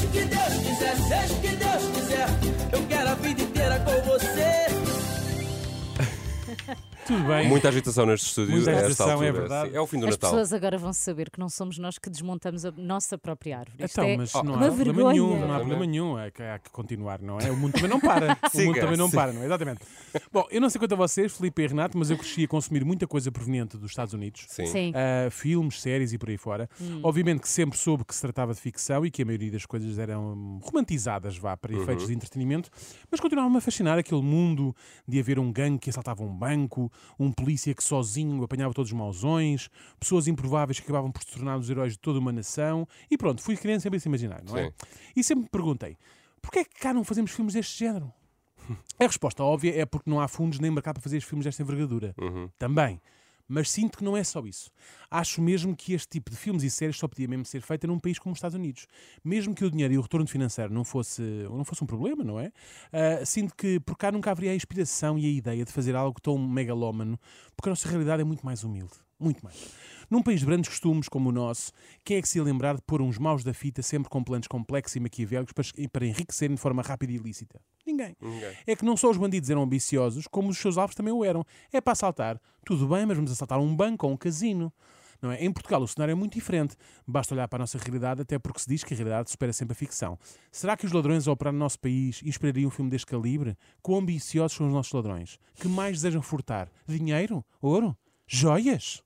que Deus quiser, seja o que Deus quiser. Eu quero a vida inteira com você. Tudo bem. Muita agitação neste estúdio. Muita a esta agitação, altura. é verdade. Sim, é o fim do As Natal. pessoas agora vão saber que não somos nós que desmontamos a nossa própria árvore. Isto Então, é mas não há uma problema vergonha. nenhum, não há problema nenhum. Há que continuar, não é? O mundo também não para. O mundo Siga, também não sim. para, não é? Exatamente. Bom, eu não sei quanto a vocês, Filipe e Renato, mas eu cresci a consumir muita coisa proveniente dos Estados Unidos. Sim. Sim. Filmes, séries e por aí fora. Obviamente que sempre soube que se tratava de ficção e que a maioria das coisas eram romantizadas, vá, para efeitos de entretenimento, mas continuava-me a fascinar aquele mundo de haver um gangue que assaltava um banco, um polícia que sozinho apanhava todos os mausões, pessoas improváveis que acabavam por se tornar os heróis de toda uma nação e pronto, fui criança sempre a se imaginar, não é? Sim. E sempre me perguntei, porquê é que cá não fazemos filmes deste género? A resposta óbvia é porque não há fundos nem mercado para fazer filmes desta envergadura. Também. Mas sinto que não é só isso. Acho mesmo que este tipo de filmes e séries só podia mesmo ser feita num país como os Estados Unidos. Mesmo que o dinheiro e o retorno financeiro não fosse um problema, não é? Sinto que por cá nunca haveria a inspiração e a ideia de fazer algo tão megalómano, porque a nossa realidade é muito mais humilde. Muito mais. Num país de grandes costumes como o nosso, quem é que se ia lembrar de pôr uns maus da fita sempre com planos complexos e maquiavélicos para enriquecerem de forma rápida e ilícita? Ninguém. É que não só os bandidos eram ambiciosos, como os seus alvos também o eram. É para assaltar. Tudo bem, mas vamos assaltar um banco ou um casino. Não é? Em Portugal o cenário é muito diferente. Basta olhar para a nossa realidade, até porque se diz que a realidade supera sempre a ficção. Será que os ladrões a operar no nosso país inspirariam um filme deste calibre? Quão ambiciosos são os nossos ladrões? Que mais desejam furtar? Dinheiro? Ouro? Joias?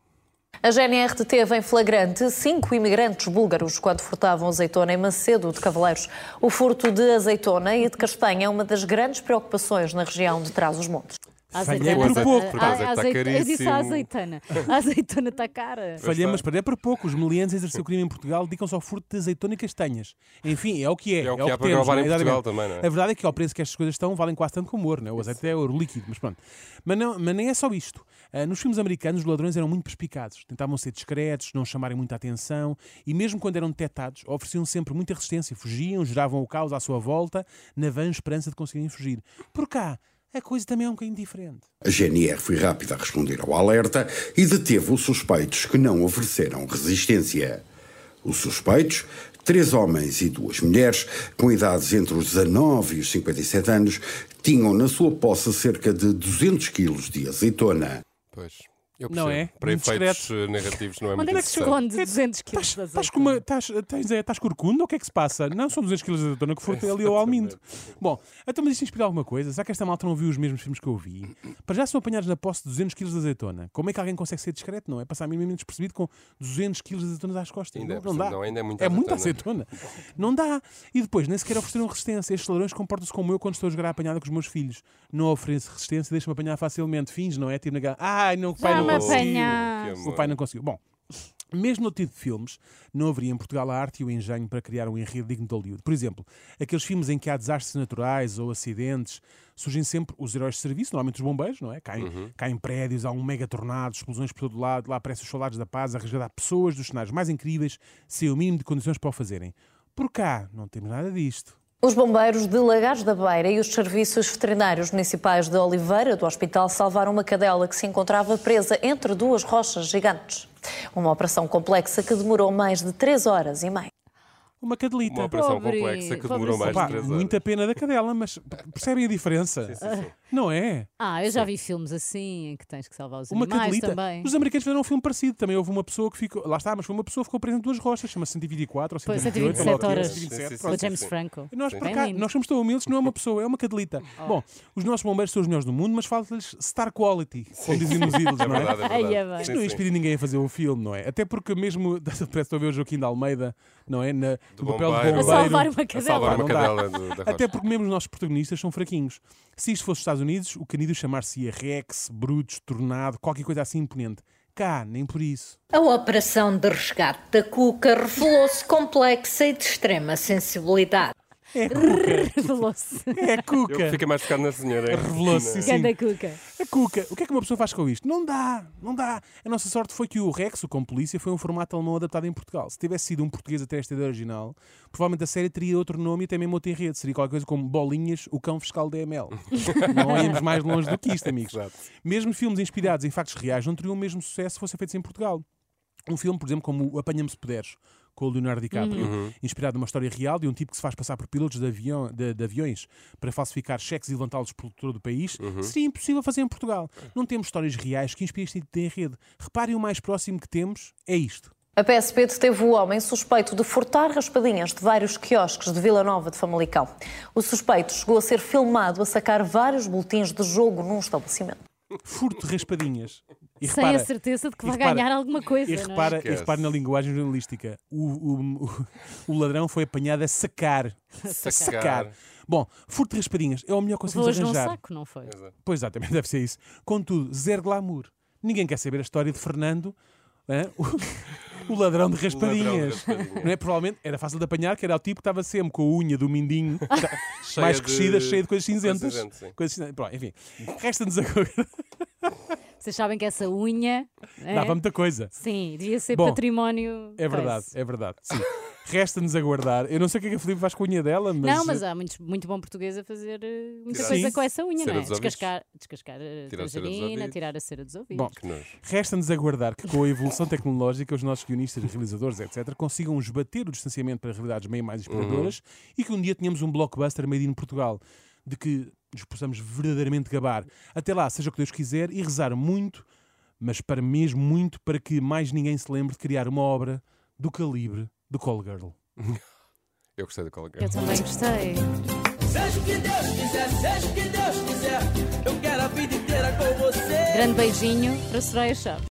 A GNR deteve em flagrante 5 imigrantes búlgaros quando furtavam azeitona em Macedo de Cavaleiros. O furto de azeitona e de castanha é uma das grandes preocupações na região de Trás-os-Montes. A Falhei azeitona por pouco. Por acaso é que está eu disse a caríssimo. azeitona. A azeitona está cara. Falhei, mas para é por pouco. Os meliantes a exercer o crime em Portugal dedicam-se ao furto de azeitona e castanhas. Enfim, é o que é. É o que há para temos, roubar não é? em Portugal Exatamente. também, não é? A verdade é que ao preço que estas coisas estão, valem quase tanto como ouro, não é? O azeite é ouro líquido, mas pronto. Mas nem é só isto. Nos filmes americanos, os ladrões eram muito perspicazes. Tentavam ser discretos, não chamarem muita atenção e mesmo quando eram detectados, ofereciam sempre muita resistência. Fugiam, geravam o caos à sua volta, na vã esperança de conseguirem fugir. Por cá, a coisa também é um bocadinho diferente. A GNR foi rápida a responder ao alerta e deteve os suspeitos que não ofereceram resistência. Os suspeitos, 3 homens e 2 mulheres, com idades entre os 19 e os 57 anos, tinham na sua posse cerca de 200 quilos de azeitona. Pois. Eu Não percebo. é? Para Muito efeitos narrativos não é muito Onde é que se necessário. esconde 200 quilos de Estás azeitona? estás corcunda ou o que é que se passa? Não são 200 quilos de azeitona que furtei ali ao Almindo. Bom, então mas isto inspira alguma coisa? Será que esta malta não viu os mesmos filmes que eu vi? Para já são apanhados na posse de 200 quilos de azeitona. Como é que alguém consegue ser discreto, não é? Passar minimamente despercebido com 200 quilos de azeitonas às costas. Ainda é Não dá. não, ainda é muita É muita azeitona. azeitona. Não dá. E depois, nem sequer ofereceram resistência. Estes ladrões comportam-se como eu quando estou a jogar a apanhada com os meus filhos. Não ofereço resistência, deixa-me apanhar facilmente. Fins, não é? Tipo naquela... Ai, não, o pai Já não me conseguiu. apanhaste. Que O amor. pai não conseguiu. Bom, mesmo no tipo de filmes, não haveria em Portugal a arte e o engenho para criar um enredo digno de Hollywood. Por exemplo, aqueles filmes em que há desastres naturais ou acidentes, surgem sempre os heróis de serviço, normalmente os bombeiros, não é? Caem prédios, há um mega tornado, explosões por todo lado, lá aparecem os soldados da paz a resgatar pessoas dos cenários mais incríveis, sem o mínimo de condições para o fazerem. Por cá, não temos nada disto. Os bombeiros de Lagares da Beira e os serviços veterinários municipais de Oliveira do hospital salvaram uma cadela que se encontrava presa entre 2 rochas gigantes. Uma operação complexa que demorou mais de 3 horas e meia. Uma cadelita. Uma operação Pobre- complexa que demorou mais Opa, de 3 horas. muita pena da cadela, mas percebem a diferença? Não é? Eu já vi filmes assim em que tens que salvar os Uma animais cadelita. também. Os americanos fizeram um filme parecido. Também houve uma pessoa que ficou. Lá está, mas foi uma pessoa que ficou presa em 2 rochas. Chama-se 124 ou Foi 128. 127 horas. 127, Sim, sim, pronto. O James sim. Franco. Nós, por Bem cá, lindo. nós somos tão humildes, não é uma pessoa, é uma cadelita. Bom, os nossos bombeiros são os melhores do mundo, mas falta-lhes star quality, como diziam os ídolos, É não é? verdade, é Ai, verdade. é bem. Isto não inspira ninguém a fazer um filme, não é? Até porque mesmo, parece que estou a ver o Joaquim de Almeida, não é? No papel de bombeiro. bombeiro. A salvar uma A cadela. salvar uma Não dá. cadela da Até rocha. porque mesmo os nossos protagonistas são fraquinhos. Se isto fosse os Estados Unidos, o canido chamar-se-ia Rex, Brutus, Tornado, qualquer coisa assim imponente. Cá, nem por isso. A operação de resgate da Cuca revelou-se complexa e de extrema sensibilidade. É a Cuca. Revelou-se. É a Cuca. Eu fiquei mais focado na senhora. Revelou-se, sim. Ganda Cuca. A Cuca. O que é que uma pessoa faz com isto? Não dá, não dá. A nossa sorte foi que o Rex, o Cão Polícia, foi um formato alemão adaptado em Portugal. Se tivesse sido um português até esta ideia original, provavelmente a série teria outro nome e até mesmo outro enredo. Seria qualquer coisa como Bolinhas, o Cão Fiscal DML. Não íamos mais longe do que isto, amigos. Exato. Mesmo filmes inspirados em factos reais não teriam o mesmo sucesso se fossem feitos em Portugal. Um filme, por exemplo, como o Apanha-me se Puderes, com o Leonardo DiCaprio, inspirado numa história real de um tipo que se faz passar por pilotos de aviões para falsificar cheques e levantá-los por todo o país. Seria impossível fazer em Portugal. Não temos histórias reais que inspirem este tipo de enredo. Reparem, o mais próximo que temos é isto. A PSP deteve o homem suspeito de furtar raspadinhas de vários quiosques de Vila Nova de Famalicão. O suspeito chegou a ser filmado a sacar vários boletins de jogo num estabelecimento. Furto de raspadinhas. E Sem a certeza de que vai repara- ganhar alguma coisa. E não é? repara, na linguagem jornalística. O ladrão foi apanhado a sacar. Sacar. Bom, furto de raspadinhas é o melhor que conseguimos Voas num arranjar. saco, não foi? Pois exatamente, deve ser isso. Contudo, zero glamour. Ninguém quer saber a história de Fernando, o ladrão de raspadinhas. Não é? Provavelmente era fácil de apanhar, que era o tipo que estava sempre com a unha do mindinho mais crescida, cheia de coisas cinzentas. Coisas cinzentas. Pronto, enfim, resta-nos agora. Vocês sabem que essa unha... Dava muita coisa. Sim, devia ser Bom, património... É verdade, coisa. é verdade. Sim. Resta-nos aguardar. Eu não sei o que é que a Filipe faz com a unha dela, mas. Não, mas há muito bom português a fazer muita Tirar- coisa Sim. com essa unha, Cera não é? dos ouvidos. Descascar Tirar a a cera dos tangerina, ouvidos. tirar a cera dos ouvidos. Bom, Que nojo. resta-nos aguardar que com a evolução tecnológica os nossos guionistas, realizadores, etc., consigam esbater o distanciamento para realidades meio mais inspiradoras e que um dia tenhamos um blockbuster made in Portugal, de que nos possamos verdadeiramente gabar. Até lá, seja o que Deus quiser, e rezar muito, mas para mesmo muito, para que mais ninguém se lembre de criar uma obra do calibre do Call Girl. Eu gostei do colega. Eu também gostei. Seja o que Deus quiser, seja o que Deus quiser, eu quero a vida inteira com você. Grande beijinho para Soraya Chaves.